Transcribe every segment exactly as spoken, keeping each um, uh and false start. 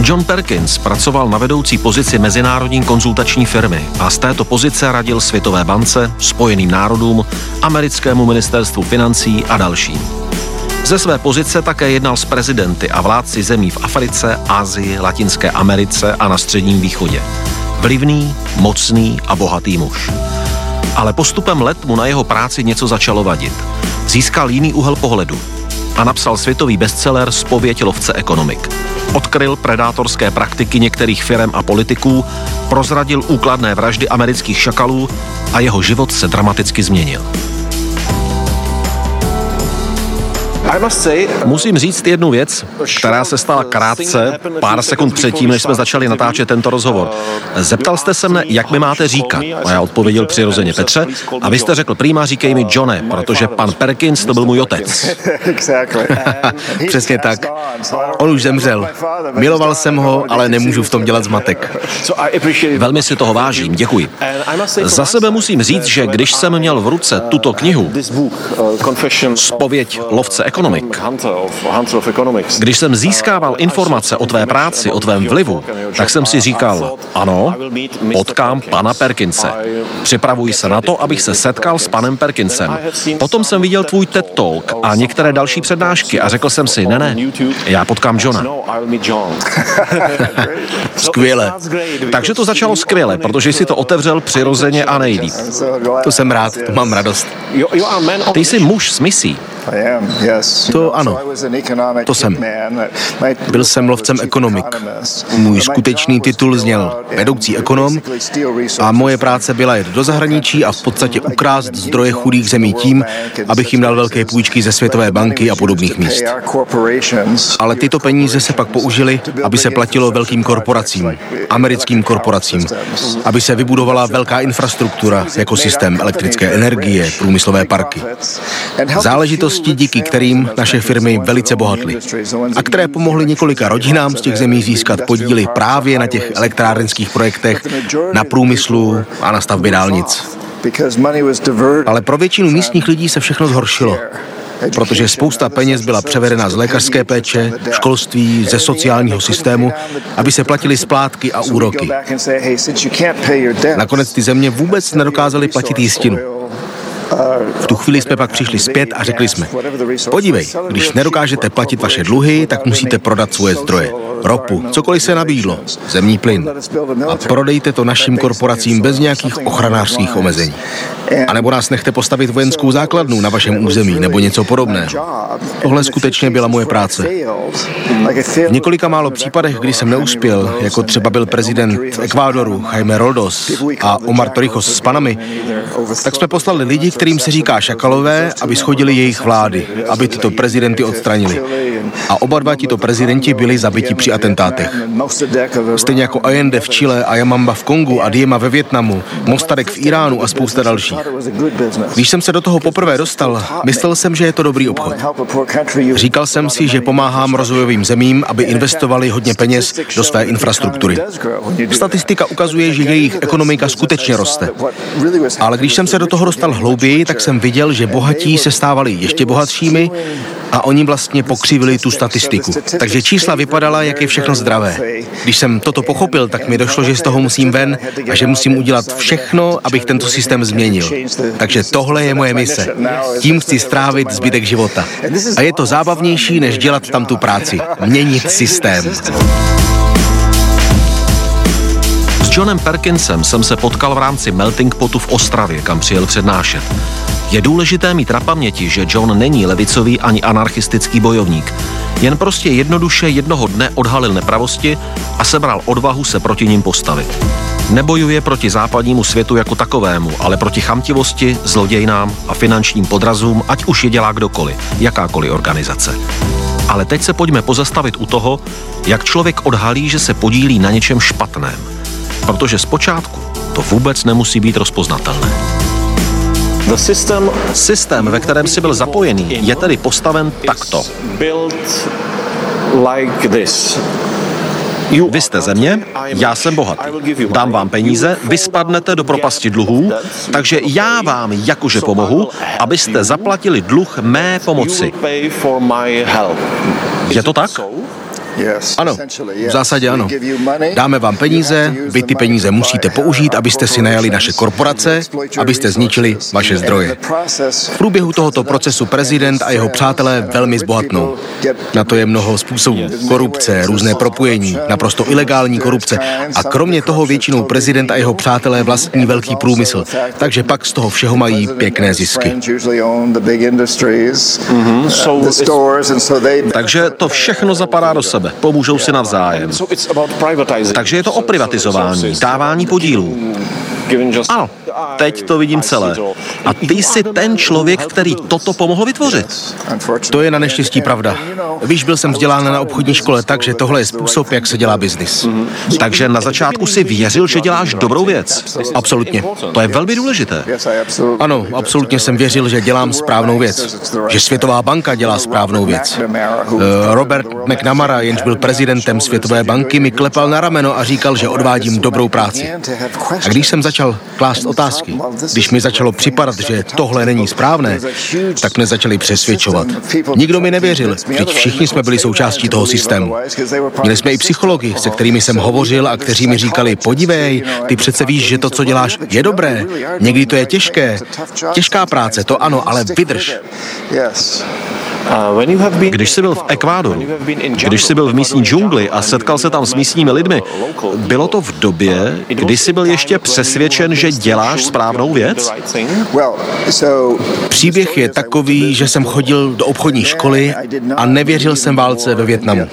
John Perkins pracoval na vedoucí pozici mezinárodní konzultační firmy a z této pozice radil Světové bance, Spojeným národům, americkému ministerstvu financí a dalším. Ze své pozice také jednal s prezidenty a vládci zemí v Africe, Asii, Latinské Americe a na Středním východě. Vlivný, mocný a bohatý muž. Ale postupem let mu na jeho práci něco začalo vadit. Získal jiný úhel pohledu a napsal světový bestseller Zpověď lovce ekonomik. Odkryl predátorské praktiky některých firem a politiků, prozradil úkladné vraždy amerických šakalů a jeho život se dramaticky změnil. Musím říct jednu věc, která se stala krátce, pár sekund předtím, než jsme začali natáčet tento rozhovor. Zeptal jste se mne, jak mi máte říkat. A já odpověděl přirozeně Petře. A vy jste řekl, prýma říkej mi Johne, protože pan Perkins to byl můj otec. Přesně tak. On už zemřel. Miloval jsem ho, ale nemůžu v tom dělat zmatek. Velmi si toho vážím, děkuji. Za sebe musím říct, že když jsem měl v ruce tuto knihu, Zpověď lovce ekonomik, když jsem získával informace o tvé práci, o tvém vlivu, tak jsem si říkal, ano, potkám pana Perkinse. Připravuji se na to, abych se setkal s panem Perkinsem. Potom jsem viděl tvůj TED Talk a některé další přednášky a řekl jsem si, ne, ne, já potkám Johna. Skvěle. Takže to začalo skvěle, protože jsi to otevřel přirozeně a nejlíp. To jsem rád, to mám radost. Ty jsi muž s misí. To ano, to jsem. Byl jsem lovcem ekonomik. Můj skutečný titul zněl vedoucí ekonom a moje práce byla jet do zahraničí a v podstatě ukrást zdroje chudých zemí tím, abych jim dal velké půjčky ze Světové banky a podobných míst. Ale tyto peníze se pak použily, aby se platilo velkým korporacím, americkým korporacím, aby se vybudovala velká infrastruktura jako systém elektrické energie, průmyslové parky. Záležitosti, díky kterým naše firmy velice bohatly a které pomohly několika rodinám z těch zemí získat podíly právě na těch elektrárenských projektech, na průmyslu a na stavbě dálnic. Ale pro většinu místních lidí se všechno zhoršilo, protože spousta peněz byla převedena z lékařské péče, školství, ze sociálního systému, aby se platily splátky a úroky. Nakonec ty země vůbec nedokázaly platit jistinu. V tu chvíli jsme pak přišli zpět a řekli jsme, podívej, když nedokážete platit vaše dluhy, tak musíte prodat svoje zdroje. Ropu, cokoliv se nabídlo, zemní plyn. A prodejte to našim korporacím bez nějakých ochranářských omezení. A nebo nás nechte postavit vojenskou základnu na vašem území, nebo něco podobného. Tohle skutečně byla moje práce. V několika málo případech, kdy jsem neuspěl, jako třeba byl prezident Ekvádoru Jaime Roldos a Omar Torrijos z Panamy, tak jsme poslali lidi, kterým se říká šakalové, aby shodili jejich vlády, aby tyto prezidenty odstranili. A oba dva tito prezidenti byli zabiti při atentátech. Stejně jako Allende v Chile a Jamamba v Kongu a Diema ve Vietnamu, Mossadegh v Iránu a spousta dalších. Když jsem se do toho poprvé dostal, myslel jsem, že je to dobrý obchod. Říkal jsem si, že pomáhám rozvojovým zemím, aby investovali hodně peněz do své infrastruktury. Statistika ukazuje, že jejich ekonomika skutečně roste. Ale když jsem se do toho dostal hlouběji, tak jsem viděl, že bohatí se stávali ještě bohatšími a oni vlastně pokřivili tu statistiku. Takže čísla vypadala, jak je všechno zdravé. Když jsem toto pochopil, tak mi došlo, že z toho musím ven a že musím udělat všechno, abych tento systém změnil. Takže tohle je moje mise. Tím chci strávit zbytek života. A je to zábavnější, než dělat tam tu práci. Měnit systém. S Johnem Perkinsem jsem se potkal v rámci Melting Potu v Ostravě, kam přijel přednášet. Je důležité mít na paměti, že John není levicový ani anarchistický bojovník. Jen prostě jednoduše jednoho dne odhalil nepravosti a sebral odvahu se proti nim postavit. Nebojuje proti západnímu světu jako takovému, ale proti chamtivosti, zlodějnám a finančním podrazům, ať už je dělá kdokoliv, jakákoliv organizace. Ale teď se pojďme pozastavit u toho, jak člověk odhalí, že se podílí na něčem špatném. Protože zpočátku to vůbec nemusí být rozpoznatelné. Systém, ve kterém jsi byl zapojený, je tedy postaven takto. Vy jste země, já jsem bohatý. Dám vám peníze, vy spadnete do propasti dluhů, takže já vám jakože pomohu, abyste zaplatili dluh mé pomoci. Je to tak? Ano, v zásadě ano. Dáme vám peníze, vy ty peníze musíte použít, abyste si najali naše korporace, abyste zničili vaše zdroje. V průběhu tohoto procesu prezident a jeho přátelé velmi zbohatnou. Na to je mnoho způsobů. Korupce, různé propojení, naprosto ilegální korupce a kromě toho většinou prezident a jeho přátelé vlastní velký průmysl, takže pak z toho všeho mají pěkné zisky. Mm-hmm. Takže to všechno zapadá do sebe, pomůžou si navzájem. Takže je to o privatizování, dávání podílů. Ano, teď to vidím celé. A ty jsi ten člověk, který toto pomohl vytvořit. To je na neštěstí pravda. Víš, byl jsem vzdělán na obchodní škole, takže tohle je způsob, jak se dělá biznis. Mm-hmm. Takže na začátku si věřil, že děláš dobrou věc. Absolutně. To je velmi důležité. Ano, absolutně jsem věřil, že dělám správnou věc. Že Světová banka dělá správnou věc. Robert McNamara, jenž byl prezidentem Světové banky, mi klepal na rameno a říkal, že odvádím dobrou práci. A když jsem začal klást otázky, když mi začalo připadat, že tohle není správné, tak mě začali přesvědčovat. Nikdo mi nevěřil, vždyť všichni jsme byli součástí toho systému. Měli jsme i psychologi, se kterými jsem hovořil a kteří mi říkali, podívej, ty přece víš, že to, co děláš, je dobré. Někdy to je těžké. Těžká práce, to ano, ale vydrž. Když jsi byl v Ekvádoru, když jsi byl v místní džungli a setkal se tam s místními lidmi, bylo to v době, kdy jsi byl ještě přesvědčen, že děláš správnou věc? Příběh je takový, že jsem chodil do obchodní školy a nevěřil jsem válce ve Vietnamu.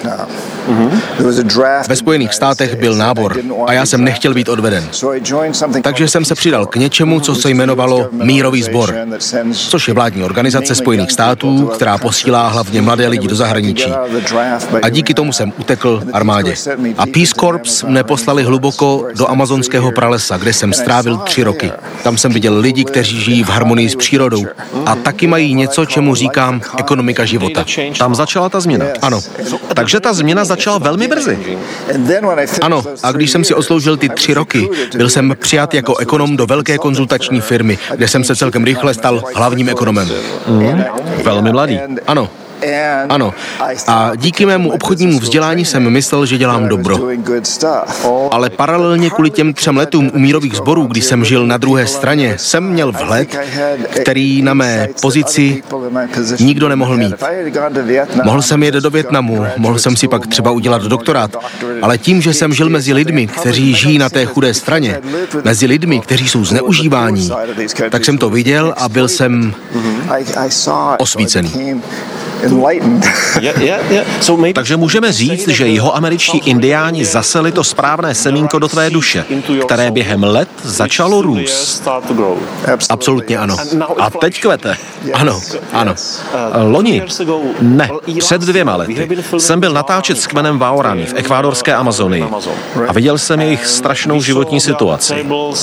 Ve Spojených státech byl nábor a já jsem nechtěl být odveden. Takže jsem se přidal k něčemu, co se jmenovalo Mírový sbor, což je vládní organizace Spojených států, která posílá hlavně mladé lidi do zahraničí. A díky tomu jsem utekl armádě. A Peace Corps mne poslali hluboko do amazonského pralesa, kde jsem strávil tři roky. Tam jsem viděl lidi, kteří žijí v harmonii s přírodou a taky mají něco, čemu říkám ekonomika života. Tam začala ta změna. Ano. Takže ta změna začala velmi brzy. Ano, a když jsem si odsloužil ty tři roky, byl jsem přijat jako ekonom do velké konzultační firmy, kde jsem se celkem rychle stal hlavním ekonomem. Mm, velmi mladý. Ano. Ano. A díky mému obchodnímu vzdělání jsem myslel, že dělám dobro. Ale paralelně kvůli těm třem letům u mírových sborů, kdy jsem žil na druhé straně, jsem měl vhled, který na mé pozici nikdo nemohl mít. Mohl jsem jet do Vietnamu, mohl jsem si pak třeba udělat doktorát, ale tím, že jsem žil mezi lidmi, kteří žijí na té chudé straně, mezi lidmi, kteří jsou zneužíváni, tak jsem to viděl a byl jsem osvícený. Yeah, yeah, yeah. So maybe... Takže můžeme říct, že jihoameričtí indiáni zaseli to správné semínko do tvé duše, které během let začalo růst. Absolutně ano. A teď kvete. Ano, ano. Loni, ne, před dvěma lety, jsem byl natáčet s kmenem Waorani v ekvádorské Amazonii a viděl jsem jejich strašnou životní situaci.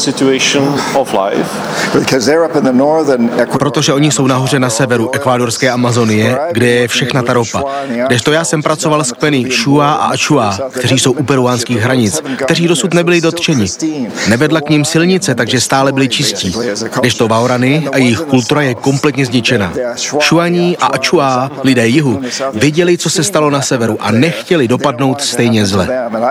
Protože oni jsou nahoře na severu ekvádorské Amazonie, kde je všechna ta ropa. Kdežto já jsem pracoval s kmeny Šua a Ačua, kteří jsou u peruánských hranic, kteří dosud nebyli dotčeni. Nevedla k ním silnice, takže stále byli čistí. Kdežto Waorani a jejich kultura je kompletně zničena. Šuaní a Ačua, lidé jihu, viděli, co se stalo na severu a nechtěli dopadnout stejně zle.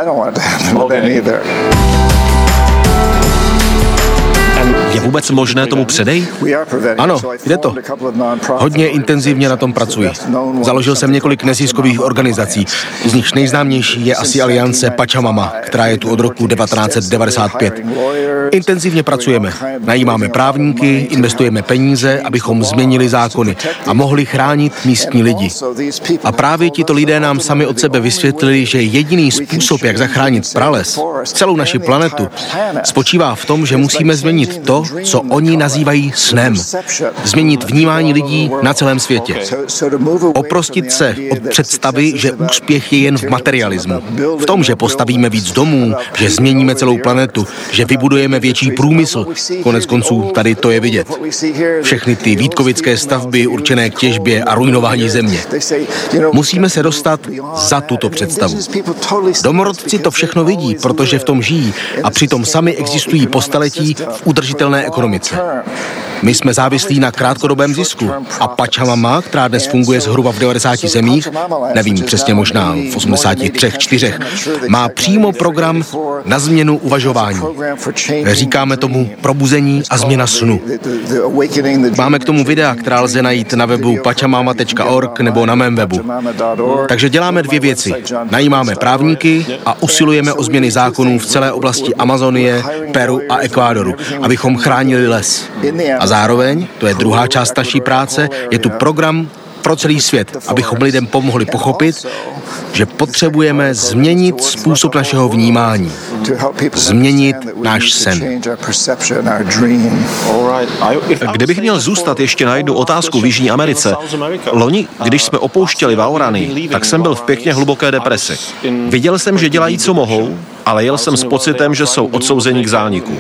Je vůbec možné tomu předejít? Ano, jde to. Hodně intenzivně na tom pracuji. Založil jsem několik neziskových organizací, z nichž nejznámější je asi aliance Pachamama, která je tu od roku devatenáct set devadesát pět. Intenzivně pracujeme, najímáme právníky, investujeme peníze, abychom změnili zákony a mohli chránit místní lidi. A právě tito lidé nám sami od sebe vysvětlili, že jediný způsob, jak zachránit prales, celou naši planetu, spočívá v tom, že musíme změnit to, co oni nazývají snem. Změnit vnímání lidí na celém světě. Oprostit se od představy, že úspěch je jen v materialismu. V tom, že postavíme víc domů, že změníme celou planetu, že vybudujeme větší průmysl. Konec konců tady to je vidět. Všechny ty vítkovické stavby určené k těžbě a ruinování země. Musíme se dostat za tuto představu. Domorodci to všechno vidí, protože v tom žijí a přitom sami existují po staletí v udržitelné ekonomice. My jsme závislí na krátkodobém zisku a Pachamama, která dnes funguje zhruba v devadesáti zemích, nevím přesně, možná v osmdesáti třech, čtyřech, má přímo program na změnu uvažování. Říkáme tomu probuzení a změna snu. Máme k tomu videa, která lze najít na webu pachamama tečka org nebo na mém webu. Takže děláme dvě věci. Najímáme právníky a usilujeme o změny zákonů v celé oblasti Amazonie, Peru a Ekvádoru, abychom chránili les. A zároveň, to je druhá část naší práce, je tu program pro celý svět, abychom lidem pomohli pochopit, že potřebujeme změnit způsob našeho vnímání, změnit náš sen. Kdybych měl zůstat ještě na jednu otázku v Jižní Americe, loni, když jsme opouštěli Waorani, tak jsem byl v pěkně hluboké depresi. Viděl jsem, že dělají, co mohou, ale jel jsem s pocitem, že jsou odsouzeni k zániku.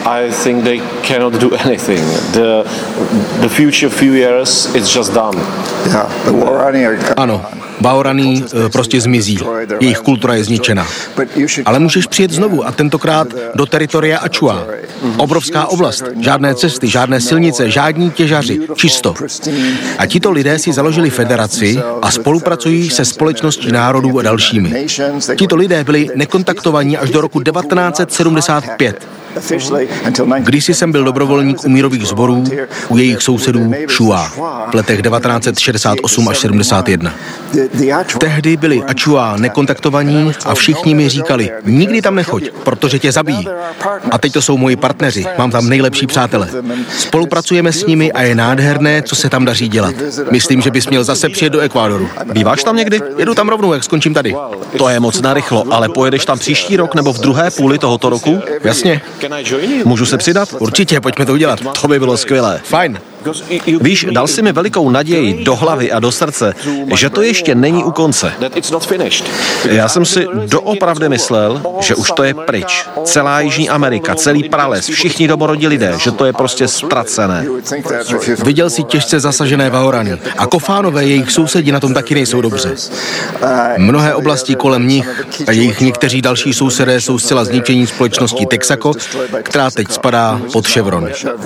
Ano, Waorani prostě zmizí. Jejich kultura je zničena. Ale můžeš přijet znovu a tentokrát do teritoria Achua. Obrovská oblast, žádné cesty, žádné silnice, žádní těžaři, čisto. A tito lidé si založili federaci a spolupracují se Společností národů a dalšími. Tito lidé byli nekontaktovaní až do roku devatenáct set sedmdesát pět. Kdysi jsem byl dobrovolník u mírových sborů u jejich sousedů Šua v letech devatenáct set šedesát osm až sedmdesát jedna. Tehdy byli Achua nekontaktovaní a všichni mi říkali, nikdy tam nechoď, protože tě zabijí. A teď to jsou moji partneři, mám tam nejlepší přátele. Spolupracujeme s nimi a je nádherné, co se tam daří dělat. Myslím, že bys měl zase přijet do Ekvádoru. Býváš tam někdy? Jedu tam rovnou, jak skončím tady. To je moc narychlo, ale pojedeš tam příští rok nebo v druhé půli tohoto roku? Jasně. Můžu se přidat? Určitě, pojďme to udělat. To by bylo skvělé. Fajn. Víš, dal si mi velikou naději do hlavy a do srdce, že to ještě není u konce. Já jsem si doopravdy myslel, že už to je pryč. Celá Jižní Amerika, celý prales, všichni domorodí lidé, že to je prostě ztracené. Viděl jsi těžce zasažené Waorani a Kofánové, jejich sousedi, na tom taky nejsou dobře. Mnohé oblasti kolem nich a jejich někteří další sousedé jsou zcela zničení společností Texaco, která teď spadá pod Chevron.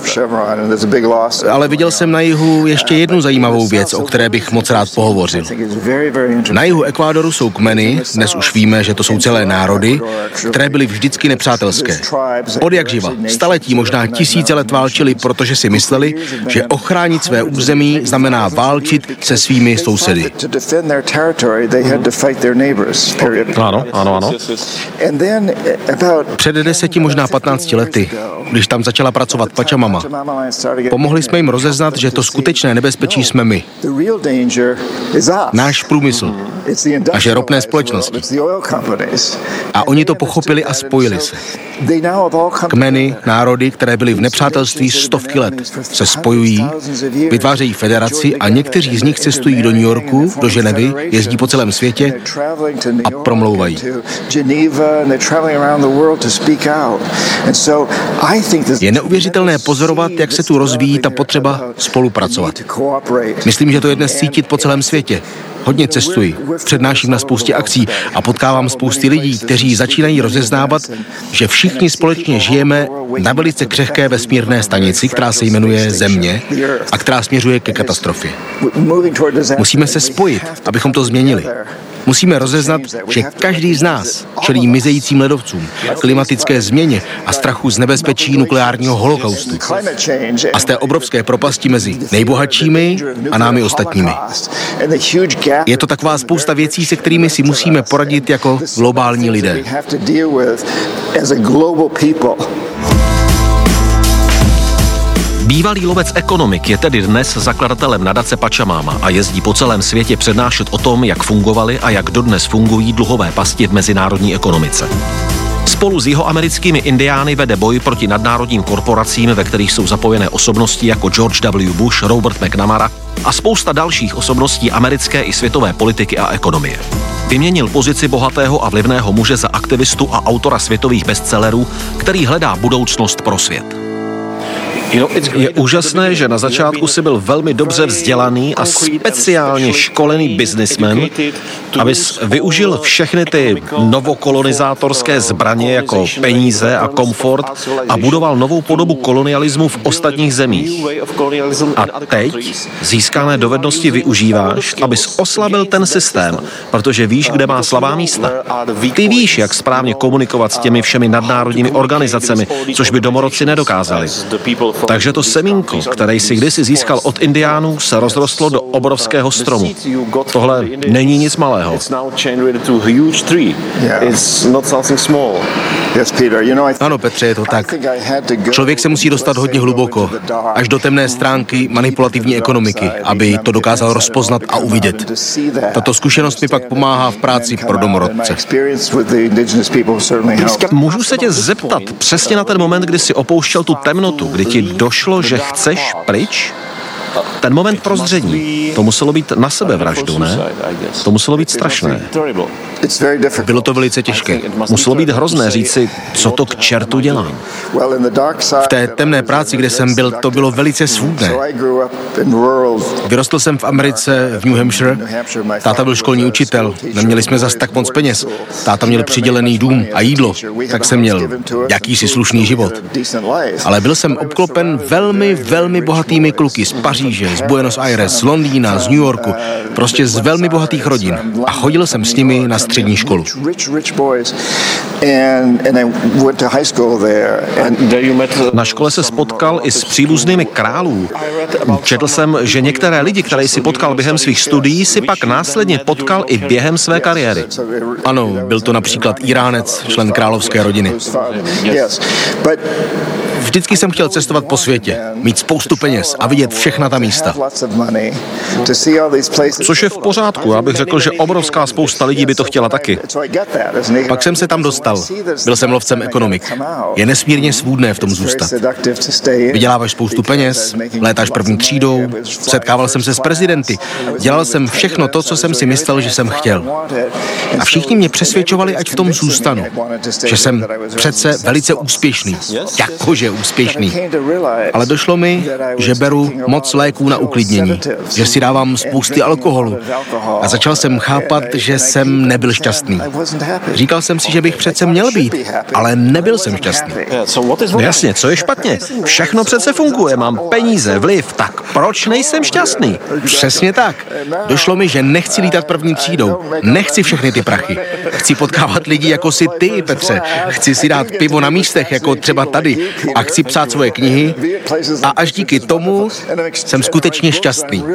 Ale viděl jsem na jihu ještě jednu zajímavou věc, o které bych moc rád pohovořil. Na jihu Ekvádoru jsou kmeny, dnes už víme, že to jsou celé národy, které byly vždycky nepřátelské. Od jak živa, staletí, možná tisíce let válčili, protože si mysleli, že ochránit své území znamená válčit se svými sousedy. Ano, ano, ano. Před deseti, možná patnácti lety, když tam začala pracovat Pachamama, pomohli jsme jim rozeznat, že to skutečné nebezpečí jsme my. Náš průmysl, naše ropné společnosti. A oni to pochopili a spojili se. Kmeny, národy, které byly v nepřátelství stovky let, se spojují, vytvářejí federaci a někteří z nich cestují do New Yorku, do Ženevy, jezdí po celém světě a promlouvají. Je neuvěřitelné pozorovat, jak se tu rozvíjí ta potřeba spolupracovat. Myslím, že to je dnes cítit po celém světě. Hodně cestuji, přednáším na spoustě akcí a potkávám spousty lidí, kteří začínají rozeznávat, že všichni společně žijeme na velice křehké vesmírné stanici, která se jmenuje Země a která směřuje ke katastrofě. Musíme se spojit, abychom to změnili. Musíme rozeznat, že každý z nás čelí mizejícím ledovcům, klimatické změně a strachu z nebezpečí nukleárního holokaustu. A z té obrovské propasti mezi nejbohatšími a námi ostatními. Je to taková spousta věcí, se kterými si musíme poradit jako globální lidé. Bývalý lovec ekonomik je tedy dnes zakladatelem nadace Pachamama a jezdí po celém světě přednášet o tom, jak fungovaly a jak dodnes fungují dluhové pasti v mezinárodní ekonomice. Spolu s jihoamerickými indiány vede boj proti nadnárodním korporacím, ve kterých jsou zapojené osobnosti jako George W. Bush, Robert McNamara a spousta dalších osobností americké i světové politiky a ekonomie. Vyměnil pozici bohatého a vlivného muže za aktivistu a autora světových bestsellerů, který hledá budoucnost pro svět. Je úžasné, že na začátku si byl velmi dobře vzdělaný a speciálně školený biznismen, abys využil všechny ty novokolonizátorské zbraně jako peníze a komfort a budoval novou podobu kolonialismu v ostatních zemích. A teď získané dovednosti využíváš, abys oslabil ten systém, protože víš, kde má slabá místa. Ty víš, jak správně komunikovat s těmi všemi nadnárodními organizacemi, což by domorodci nedokázali. Takže to semínko, které jsi kdysi získal od indiánů, se rozrostlo do obrovského stromu. Tohle není nic malého. Ano, Petře, je to tak. Člověk se musí dostat hodně hluboko, až do temné stránky manipulativní ekonomiky, aby to dokázal rozpoznat a uvidět. Tato zkušenost mi pak pomáhá v práci pro domorodce. Můžu se tě zeptat přesně na ten moment, kdy jsi opouštěl tu temnotu, kdy ti došlo, že chceš pryč? Ten moment prozření, to muselo být na sebevraždu, ne? To muselo být strašné. Bylo to velice těžké. Muselo být hrozné říci, co to k čertu dělám. V té temné práci, kde jsem byl, to bylo velice svůdné. Vyrostl jsem v Americe, v New Hampshire. Táta byl školní učitel, neměli jsme zas tak moc peněz. Táta měl přidělený dům a jídlo, tak jsem měl jakýsi slušný život. Ale byl jsem obklopen velmi, velmi bohatými kluky z Paříže, z Buenos Aires, z Londýna, z New Yorku, prostě z velmi bohatých rodin. A chodil jsem s nimi na střední školu. Na škole se spotkal i s příbuznými králů. Četl jsem, že některé lidi, které si potkal během svých studií, si pak následně potkal i během své kariéry. Ano, byl to například Iránec, člen královské rodiny. Vždycky jsem chtěl cestovat po světě, mít spoustu peněz a vidět všechna ta místa. Což je v pořádku, já bych řekl, že obrovská spousta lidí by to chtěla taky. Pak jsem se tam dostal. Byl jsem lovcem ekonomik. Je nesmírně svůdné v tom zůstat. Vyděláváš spoustu peněz, létáš první třídou, setkával jsem se s prezidenty, dělal jsem všechno to, co jsem si myslel, že jsem chtěl. A všichni mě přesvědčovali, ať v tom zůstanu. Že jsem přece velice úspěšný. Jakože úspěšný. Ale došlo mi, že beru moc léků na uklidnění, že si dávám spousty alkoholu a začal jsem chápat, že jsem nebyl šťastný. Říkal jsem si, že bych přece měl být, ale nebyl jsem šťastný. No jasně, co je špatně? Všechno přece funguje, mám peníze, vliv, tak proč nejsem šťastný? Přesně tak. Došlo mi, že nechci lítat první třídou, nechci všechny ty prachy. Chci potkávat lidi jako si ty, Petře. Chci si dát pivo na místech, jako třeba tady. A chci psát svoje knihy a až díky tomu jsem skutečně šťastný.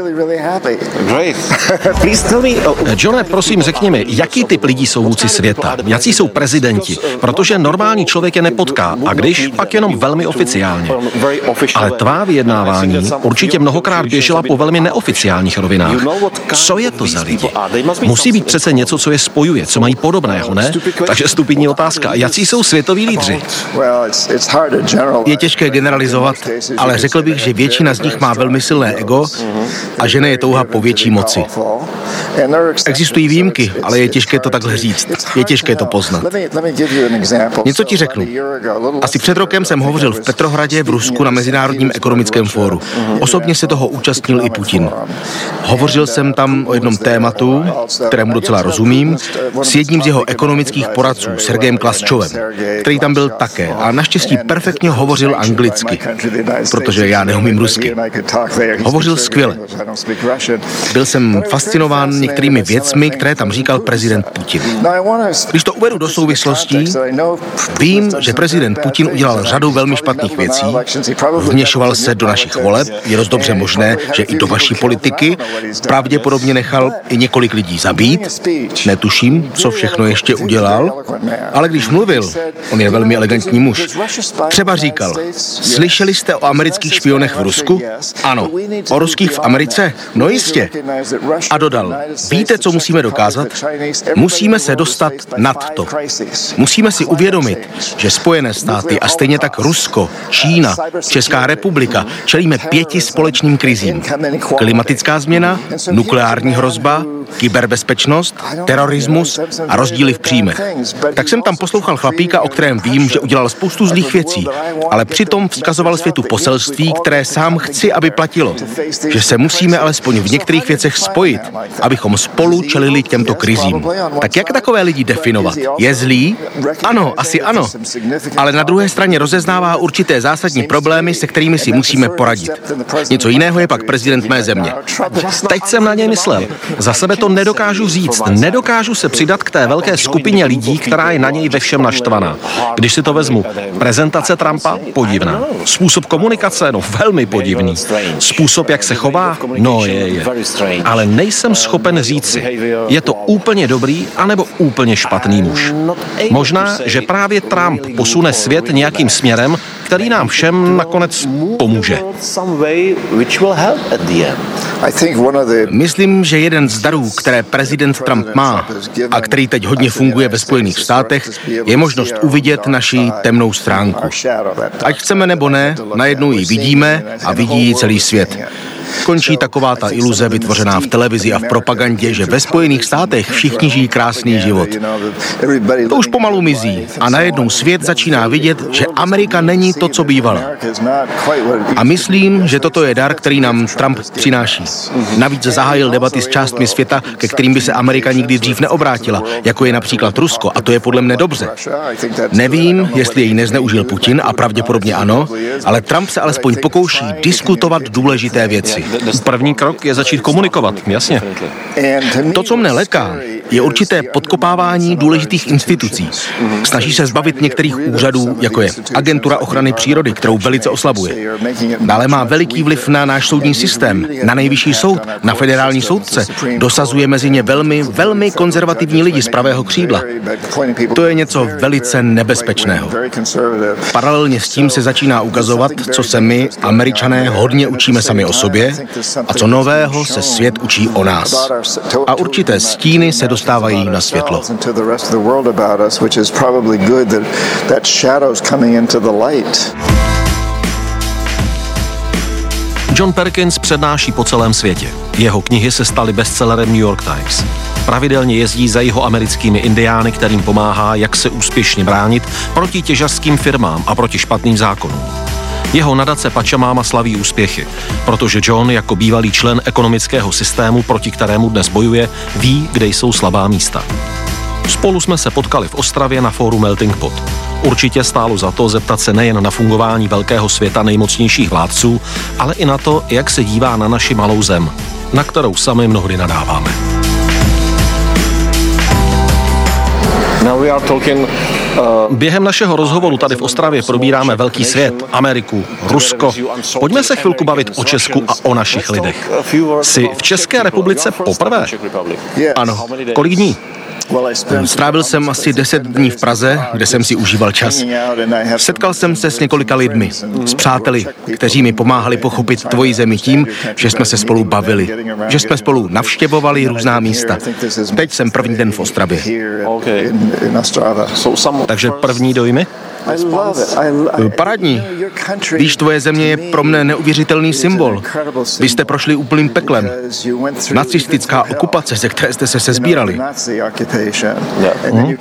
Johne, prosím, řekni mi, jaký typ lidí jsou vůdci světa? Jací jsou prezidenti? Protože normální člověk je nepotká a když, pak jenom velmi oficiálně. Ale tvá vyjednávání určitě mnohokrát běžela po velmi neoficiálních rovinách. Co je to za lidi? Musí být přece něco, co je spojuje, co mají podobného, ne? Takže stupidní otázka. Jací jsou světoví lídři? Je těžké generalizovat, ale řekl bych, že většina z nich má velmi silné ego a žene je touha po větší moci. Existují výjimky, ale je těžké to takhle říct. Je těžké to poznat. Něco ti řeknu. Asi před rokem jsem hovořil v Petrohradě v Rusku na Mezinárodním ekonomickém fóru. Osobně se toho účastnil i Putin. Hovořil jsem tam o jednom tématu, kterému docela rozumím, s jedním z jeho ekonomických poradců, Sergejem Klaščovem, který tam byl také a naštěstí perfektně hovořil anglicky, protože já neumím rusky. Hovořil skvěle. Byl jsem fascinován některými věcmi, které tam říkal prezident Putin. Když to uvedu do souvislostí, vím, že prezident Putin udělal řadu velmi špatných věcí, vměšoval se do našich voleb, je dost dobře možné, že i do vaší politiky, pravděpodobně nechal i několik lidí zabít, netuším, co všechno ještě udělal, ale když mluvil, on je velmi elegantní muž, třeba říkal, slyšeli jste o amerických špionech v Rusku? Ano. O ruských v Americe? No jistě. A dodal, Víte, co musíme dokázat? Musíme se dostat nad to. Musíme si uvědomit, že Spojené státy a stejně tak Rusko, Čína, Česká republika čelíme pěti společným krizím. Klimatická změna, nukleární hrozba, kyberbezpečnost, terorismus a rozdíly v příjmech. Tak jsem tam poslouchal chlapíka, o kterém vím, že udělal spoustu zlých věcí, ale přitom vzkazoval světu poselství, které sám chci, aby platilo. Že se musíme alespoň v některých věcech spojit, abychom spolu čelili těmto krizím. Tak jak takové lidi definovat? Je zlý? Ano, asi ano. Ale na druhé straně rozeznává určité zásadní problémy, se kterými si musíme poradit. Něco jiného je pak prezident mé země. Teď jsem na něj myslel. Za sebe to nedokážu říct. Nedokážu se přidat k té velké skupině lidí, která je na něj ve všem naštvaná. Když si to vezmu, prezentace Trumpa, podivná. Způsob komunikace, no velmi podivný. Způsob, jak se chová, no je, je. Ale nejsem schopen říci, je to úplně dobrý, anebo úplně špatný muž. Možná, že právě Trump posune svět nějakým směrem, který nám všem nakonec pomůže. Myslím, že jeden z darů, které prezident Trump má a který teď hodně funguje ve Spojených státech, je možnost uvidět naši temnou stránku. Ať chceme nebo ne, najednou ji vidíme a vidí ji celý svět. Končí taková ta iluze vytvořená v televizi a v propagandě, že ve Spojených státech všichni žijí krásný život. To už pomalu mizí a najednou svět začíná vidět, že Amerika není to, co bývala. A myslím, že toto je dar, který nám Trump přináší. Navíc zahájil debaty s částmi světa, ke kterým by se Amerika nikdy dřív neobrátila, jako je například Rusko, a to je podle mne dobře. Nevím, jestli jej nezneužil Putin, a pravděpodobně ano, ale Trump se alespoň pokouší diskutovat důležité věci. První krok je začít komunikovat, jasně. To, co mne leká, je určité podkopávání důležitých institucí. Snaží se zbavit některých úřadů, jako je Agentura ochrany přírody, kterou velice oslabuje. Dále má veliký vliv na náš soudní systém, na nejvyšší soud, na federální soudce. Dosazuje mezi ně velmi, velmi konzervativní lidi z pravého křídla. To je něco velice nebezpečného. Paralelně s tím se začíná ukazovat, co se my, Američané, hodně učíme sami o sobě a co nového se svět učí o nás. A určité stíny se dostávají na světlo. John Perkins přednáší po celém světě. Jeho knihy se staly bestsellerem New York Times. Pravidelně jezdí za jihoamerickými indiány, kterým pomáhá, jak se úspěšně bránit proti těžařským firmám a proti špatným zákonům. Jeho nadace Pachamama slaví úspěchy, protože John jako bývalý člen ekonomického systému, proti kterému dnes bojuje, ví, kde jsou slabá místa. Spolu jsme se potkali v Ostravě na fóru Melting Pot. Určitě stálo za to zeptat se nejen na fungování velkého světa nejmocnějších vládců, ale i na to, jak se dívá na naši malou zem, na kterou sami mnohdy nadáváme. Během našeho rozhovoru tady v Ostravě probíráme velký svět, Ameriku, Rusko. Pojďme se chvilku bavit o Česku a o našich lidech. Jsi v České republice poprvé? Ano. Kolik dní? Strávil jsem asi deset dní v Praze, kde jsem si užíval čas. Setkal jsem se s několika lidmi, s přáteli, kteří mi pomáhali pochopit tvoji zemi tím, že jsme se spolu bavili, že jsme spolu navštěvovali různá místa. Teď jsem první den v Ostravě. Takže první dojmy? Parádní. Víš, tvoje země je pro mne neuvěřitelný symbol. Vy jste prošli úplným peklem. Nacistická okupace, ze které jste se sezbírali. Hmm.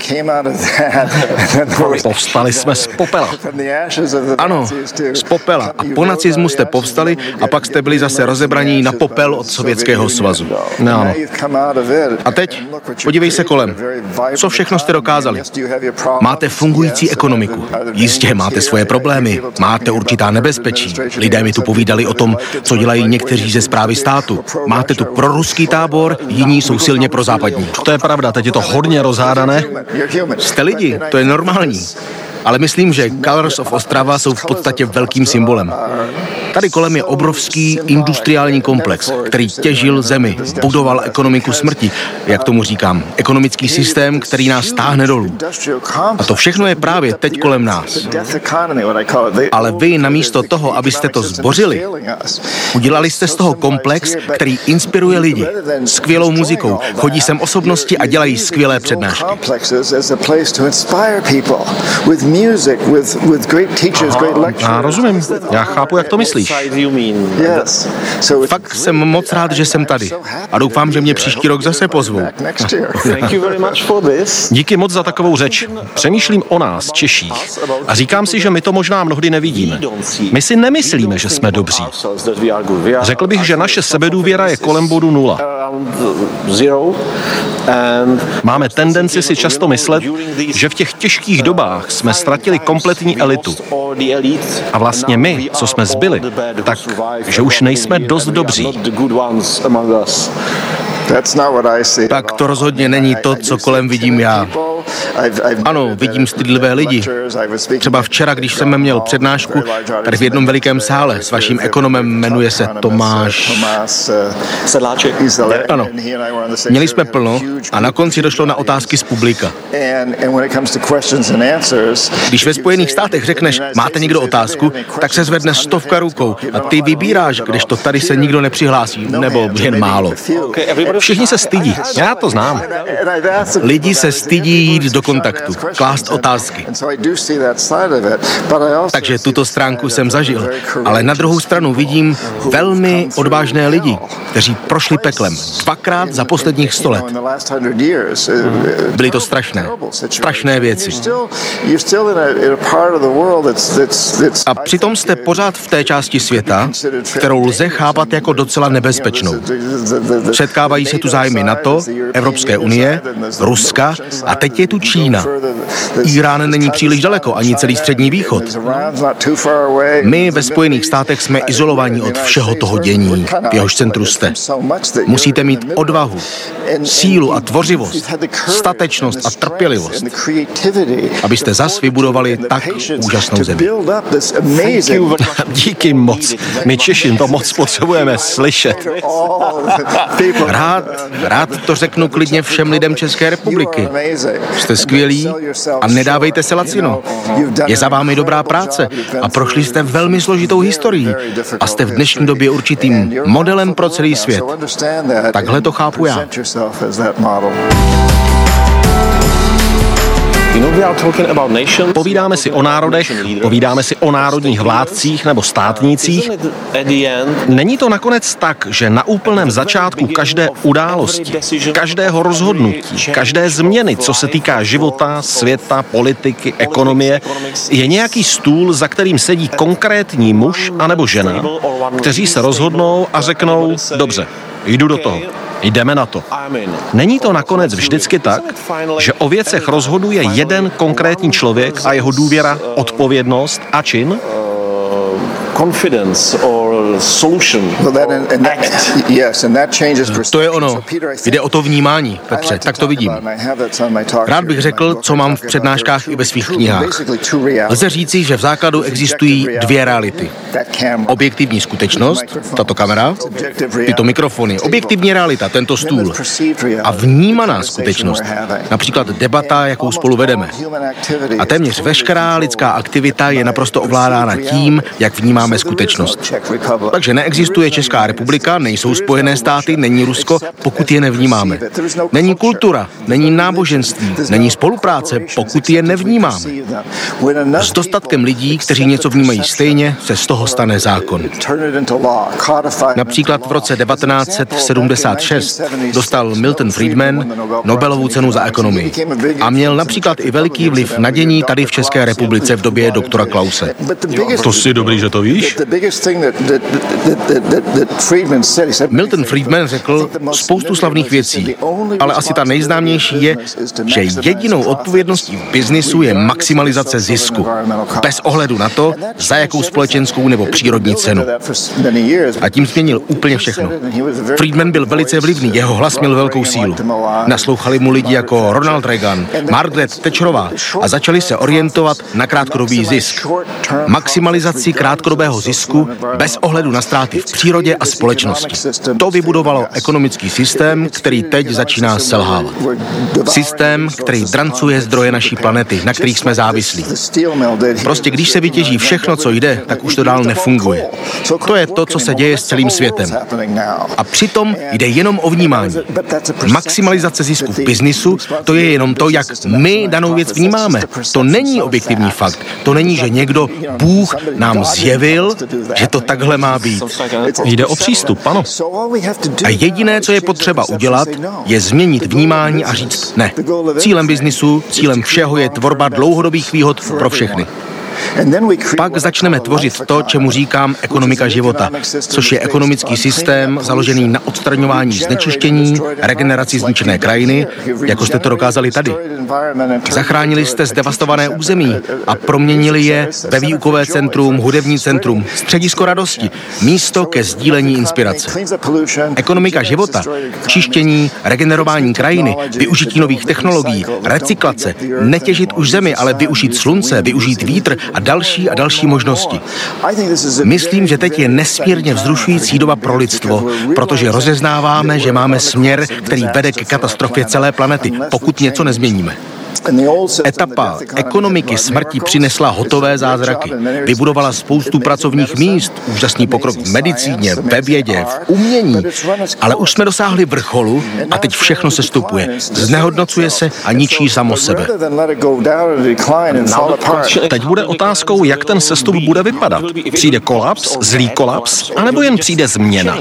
Povstali jsme z popela. Ano, z popela. A po nacismu jste povstali a pak jste byli zase rozebraní na popel od Sovětského svazu. No. A teď podívej se kolem. Co všechno jste dokázali? Máte fungující ekonomiku. Jistě máte svoje problémy, máte určitá nebezpečí. Lidé mi tu povídali o tom, co dělají někteří ze správy státu. Máte tu proruský tábor, jiní jsou silně prozápadní. To je pravda, teď je to hodně rozhádané. Jste lidi, to je normální. ale myslím, že Colors of Ostrava jsou v podstatě velkým symbolem. Tady kolem je obrovský industriální komplex, který těžil zemi, budoval ekonomiku smrti, jak tomu říkám, ekonomický systém, který nás táhne dolů. A to všechno je právě teď kolem nás. Ale vy namísto toho, abyste to zbořili, udělali jste z toho komplex, který inspiruje lidi skvělou muzikou. Chodí sem osobnosti a dělají skvělé přednášky. Aha, rozumím. Já chápu, jak to myslíš. Fakt jsem moc rád, že jsem tady. A doufám, že mě příští rok zase pozvou. Díky moc za takovou řeč. Přemýšlím o nás, Češích. A říkám si, že my to možná mnohdy nevidíme. My si nemyslíme, že jsme dobří. Řekl bych, že naše sebedůvěra je kolem bodu nula. Máme tendenci si často myslet, že v těch těžkých dobách jsme ztratili kompletní elitu. A vlastně my, co jsme zbyli, tak, že už nejsme dost dobří. Tak to rozhodně není to, co kolem vidím já. Ano, vidím stydlivé lidi. Třeba včera, když jsem měl přednášku tady v jednom velikém sále s vaším ekonomem, jmenuje se Tomáš Sedláček. Ano, měli jsme plno a na konci došlo na otázky z publika. Když ve Spojených státech řekneš, máte někdo otázku, tak se zvedne stovka rukou a ty vybíráš, kdežto tady se nikdo nepřihlásí, nebo jen málo. Všichni se stydí, já to znám. Lidi se stydí jít do kontaktu, klást otázky. Takže tuto stránku jsem zažil, ale na druhou stranu vidím velmi odvážné lidi, kteří prošli peklem dvakrát za posledních sto let. Byly to strašné, strašné věci. A přitom jste pořád v té části světa, kterou lze chápat jako docela nebezpečnou. Setkávají se tu zájmy NATO, Evropské unie, Ruska a teď je tu Čína. Irán není příliš daleko, ani celý Střední východ. My ve Spojených státech jsme izolovaní od všeho toho dění, v jehož centru jste. Musíte mít odvahu, sílu a tvořivost, statečnost a trpělivost, abyste zas vybudovali tak úžasnou zemi. Díky moc. My Češi to moc potřebujeme slyšet. Rád, rád to řeknu klidně všem lidem České republiky. Jste skvělí a nedávejte se lacino. Je za vámi dobrá práce a prošli jste velmi složitou historií a jste v dnešní době určitým modelem pro celý svět. Takhle to chápu já. Povídáme si o národech, povídáme si o národních vládcích nebo státnících. Není to nakonec tak, že na úplném začátku každé události, každého rozhodnutí, každé změny, co se týká života, světa, politiky, ekonomie, je nějaký stůl, za kterým sedí konkrétní muž anebo žena, kteří se rozhodnou a řeknou, dobře, jdu do toho. Jdeme na to. Není to nakonec vždycky tak, že o věcech rozhoduje jeden konkrétní člověk a jeho důvěra, odpovědnost a čin? Confidence or solution To je ono. Jde o to vnímání, Petře, tak to vidím. Rád bych řekl, co mám v přednáškách i ve svých knihách. Lze říci, že v základu existují dvě reality. Objektivní skutečnost, tato kamera, tyto mikrofony, objektivní realita, tento stůl. A vnímaná skutečnost, například debata, jakou spolu vedeme. A téměř veškerá lidská aktivita je naprosto ovládána tím, jak vnímáme skutečnost. Takže neexistuje Česká republika, nejsou Spojené státy, není Rusko, pokud je nevnímáme. Není kultura, není náboženství, není spolupráce, pokud je nevnímáme. S dostatkem lidí, kteří něco vnímají stejně, se z toho stane zákon. Například v roce devatenáct set sedmdesát šest dostal Milton Friedman Nobelovu cenu za ekonomii. A měl například i veliký vliv na dění tady v České republice v době doktora Klause. To si dobrý, že to víš? Milton Friedman řekl spoustu slavných věcí, ale asi ta nejznámější je, že jedinou odpovědností v biznisu je maximalizace zisku, bez ohledu na to, za jakou společenskou nebo přírodní cenu. A tím změnil úplně všechno. Friedman byl velice vlivný, jeho hlas měl velkou sílu. Naslouchali mu lidi jako Ronald Reagan, Margaret Thatcherová a začali se orientovat na krátkodobý zisk. Maximalizaci krátkodobého zisku bez ohledu na ztráty v přírodě a společnosti. To vybudovalo ekonomický systém, který teď začíná selhávat. Systém, který drancuje zdroje naší planety, na kterých jsme závislí. Prostě když se vytěží všechno, co jde, tak už to dál nefunguje. To je to, co se děje s celým světem. A přitom jde jenom o vnímání. Maximalizace zisku v biznisu, to je jenom to, jak my danou věc vnímáme. To není objektivní fakt. To není, že někdo, Bůh, nám zjevil, že to takhle má být. Jde o přístup, ano. A jediné, co je potřeba udělat, je změnit vnímání a říct ne. Cílem biznisu, cílem všeho je tvorba dlouhodobých výhod pro všechny. Pak začneme tvořit to, čemu říkám ekonomika života, což je ekonomický systém založený na odstraňování znečištění, regeneraci zničené krajiny, jako jste to dokázali tady. Zachránili jste zdevastované území a proměnili je ve výukové centrum, hudební centrum, středisko radosti, místo ke sdílení inspirace. Ekonomika života, čištění, regenerování krajiny, využití nových technologií, recyklace, netěžit už zemi, ale využít slunce, využít vítr a další a další možnosti. Myslím, že teď je nesmírně vzrušující doba pro lidstvo, protože rozeznáváme, že máme směr, který vede ke katastrofě celé planety, pokud něco nezměníme. Etapa ekonomiky smrti přinesla hotové zázraky. Vybudovala spoustu pracovních míst, úžasný pokrok v medicíně, ve vědě, v umění. Ale už jsme dosáhli vrcholu a teď všechno se stupuje. Znehodnocuje se a ničí samo sebe. Teď bude otázkou, jak ten sestup bude vypadat. Přijde kolaps, zlý kolaps, anebo jen přijde změna?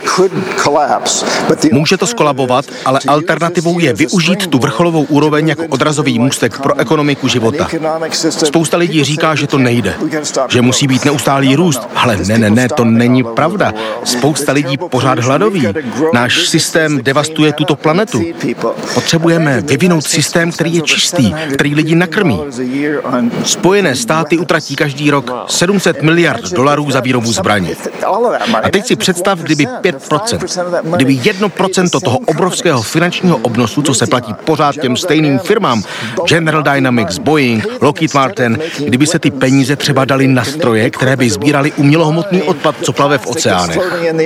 Může to skolabovat, ale alternativou je využít tu vrcholovou úroveň jako odrazový můstek pro ekonomiku života. Spousta lidí říká, že to nejde, že musí být neustálý růst, ale ne, ne, ne, to není pravda. Spousta lidí pořád hladoví. Náš systém devastuje tuto planetu. Potřebujeme vyvinout systém, který je čistý, který lidi nakrmí. Spojené státy utratí každý rok sedm set miliard dolarů za výrobu zbraní. A teď si představ, kdyby pět procent, kdyby jedno procento toho obrovského finančního obnosu, co se platí pořád těm stejným firmám, General Dynamics, Boeing, Lockheed Martin, kdyby se ty peníze třeba dali na stroje, které by sbíraly umělohmotný odpad, co plave v oceánech.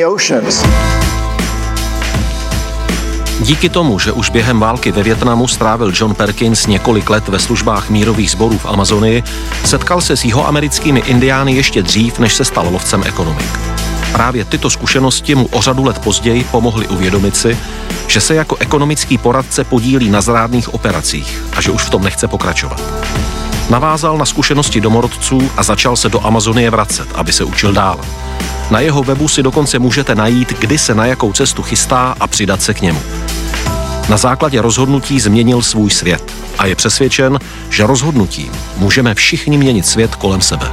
Díky tomu, že už během války ve Vietnamu strávil John Perkins několik let ve službách mírových sborů v Amazonii, setkal se s jihoamerickými indiány ještě dřív, než se stal lovcem ekonomik. Právě tyto zkušenosti mu o řadu let později pomohly uvědomit si, že se jako ekonomický poradce podílí na zrádných operacích a že už v tom nechce pokračovat. Navázal na zkušenosti domorodců a začal se do Amazonie vracet, aby se učil dál. Na jeho webu si dokonce můžete najít, kdy se na jakou cestu chystá a přidat se k němu. Na základě rozhodnutí změnil svůj svět a je přesvědčen, že rozhodnutím můžeme všichni měnit svět kolem sebe.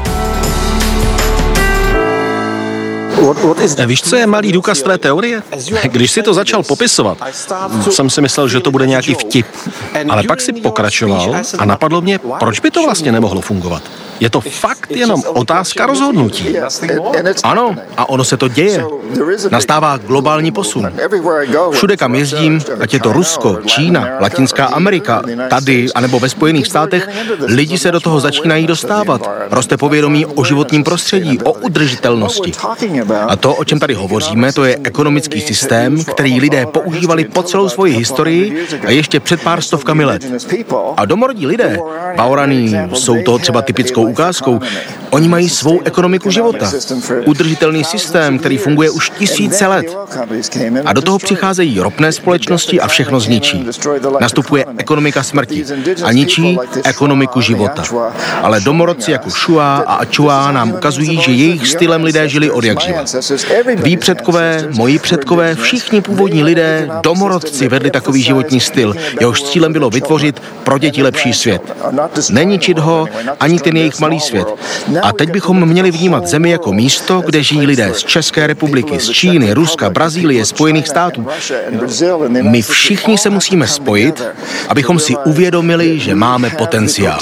Víš, co je malý důkaz tvé teorie? Když si to začal popisovat, jsem si myslel, že to bude nějaký vtip. Ale pak si pokračoval a napadlo mě, proč by to vlastně nemohlo fungovat. Je to fakt jenom otázka rozhodnutí. Ano, a ono se to děje. Nastává globální posun. Všude, kam jezdím, ať je to Rusko, Čína, Latinská Amerika, tady, anebo ve Spojených státech, lidi se do toho začínají dostávat. Roste povědomí o životním prostředí, o udržitelnosti. A to, o čem tady hovoříme, to je ekonomický systém, který lidé používali po celou svoji historii a ještě před pár stovkami let. A domorodí lidé, Baoraní, jsou toho třeba typickou ukázkou, oni mají svou ekonomiku života. Udržitelný systém, který funguje už tisíce let. A do toho přicházejí ropné společnosti a všechno zničí. Nastupuje ekonomika smrti a ničí ekonomiku života. Ale domorodci jako Šua a Ačua nám ukazují, že jejich stylem lidé žili odjakživa. Ví předkové, moji předkové, všichni původní lidé, domorodci vedli takový životní styl, jehož cílem bylo vytvořit pro děti lepší svět. Neničit ho, ani ten jejich náš malý svět. A teď bychom měli vnímat zemi jako místo, kde žijí lidé z České republiky, z Číny, Ruska, Brazílie, Spojených států. My všichni se musíme spojit, abychom si uvědomili, že máme potenciál.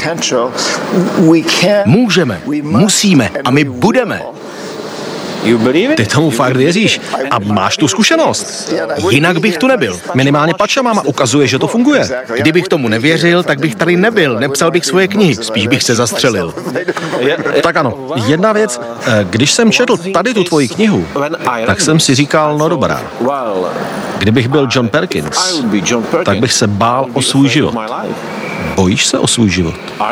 Můžeme, musíme a my budeme. Ty tomu fakt věříš a máš tu zkušenost. Jinak bych tu nebyl. Minimálně Pačamáma ukazuje, že to funguje. Kdybych tomu nevěřil, tak bych tady nebyl, nepsal bych svoje knihy, spíš bych se zastřelil. Tak ano, jedna věc, když jsem četl tady tu tvoji knihu, tak jsem si říkal, no dobrá, kdybych byl John Perkins, tak bych se bál o svůj život. Bojíš se o svůj život?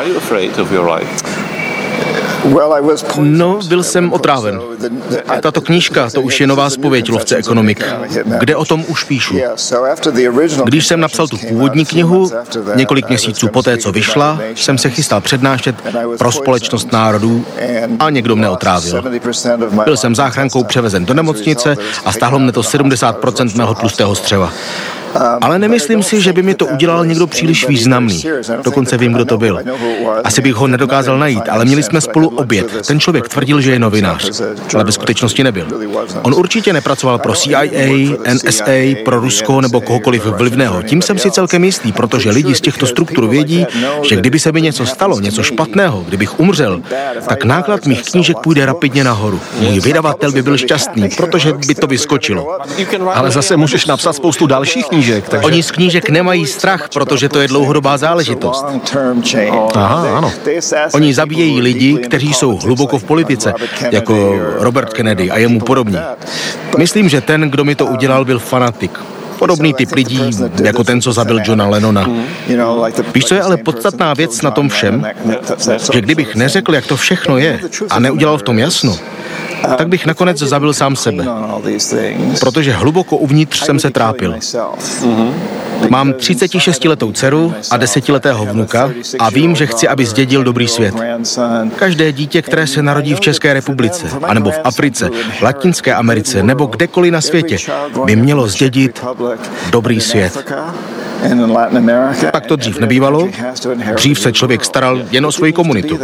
No, byl jsem otráven. Tato knížka, to už je nová zpověď lovce ekonomik, kde o tom už píšu. Když jsem napsal tu původní knihu, několik měsíců poté, co vyšla, jsem se chystal přednášet pro společnost národů a někdo mne otrávil. Byl jsem záchrankou převezen do nemocnice a stáhlo mne to sedmdesát procent mého tlustého střeva. Ale nemyslím si, že by mi to udělal někdo příliš významný. Dokonce vím, kdo to byl. Asi bych ho nedokázal najít, ale měli jsme spolu oběd. Ten člověk tvrdil, že je novinář, ale ve skutečnosti nebyl. On určitě nepracoval pro C I A, N S A, pro Rusko nebo kohokoliv vlivného. Tím jsem si celkem jistý, protože lidi z těchto struktur vědí, že kdyby se mi něco stalo, něco špatného, kdybych umřel, tak náklad mých knížek půjde rapidně nahoru. Můj vydavatel by byl šťastný, protože by to vyskočilo. Ale zase můžeš napsat spoustu dalších knížek. Takže... Oni z knížek nemají strach, protože to je dlouhodobá záležitost. Aha, ano. Oni zabíjejí lidi, kteří jsou hluboko v politice, jako Robert Kennedy a jemu podobní. Myslím, že ten, kdo mi to udělal, byl fanatik. Podobný typ lidí, jako ten, co zabil Johna Lennona. Víš, co je ale podstatná věc na tom všem? Že kdybych neřekl, jak to všechno je a neudělal v tom jasno, tak bych nakonec zabil sám sebe. Protože hluboko uvnitř jsem se trápil. Mám třicetišestiletou dceru a desetiletého vnuka a vím, že chci, aby zdědil dobrý svět. Každé dítě, které se narodí v České republice, anebo v Africe, v Latinské Americe, nebo kdekoliv na světě, by mělo zdědit dobrý svět. Tak to dřív nebývalo. Dřív se člověk staral jen o svoji komunitu.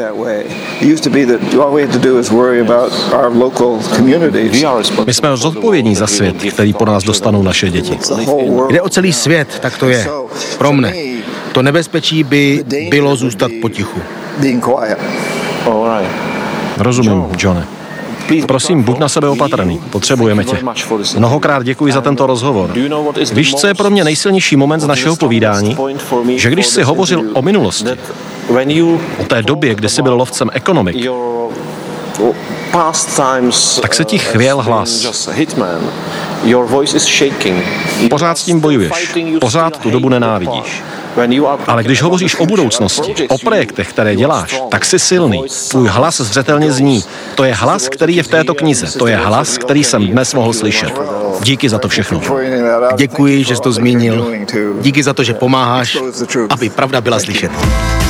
My jsme zodpovědní za svět, který po nás dostanou naše děti. Jde o celý svět, tak to je. Pro mne. To nebezpečí by bylo zůstat potichu. Rozumím, Johne. Prosím, buď na sebe opatrný. Potřebujeme tě. Mnohokrát děkuji za tento rozhovor. Víš, co je pro mě nejsilnější moment z našeho povídání? Že když jsi hovořil o minulosti, o té době, kdy jsi byl lovcem ekonomik, tak se ti chvěl hlas. Pořád s tím bojuješ. Pořád tu dobu nenávidíš. Ale když hovoříš o budoucnosti, o projektech, které děláš, tak jsi silný. Tvůj hlas zřetelně zní. To je hlas, který je v této knize. To je hlas, který jsem dnes mohl slyšet. Díky za to všechno. Děkuji, že jsi to zmínil. Díky za to, že pomáháš, aby pravda byla slyšet.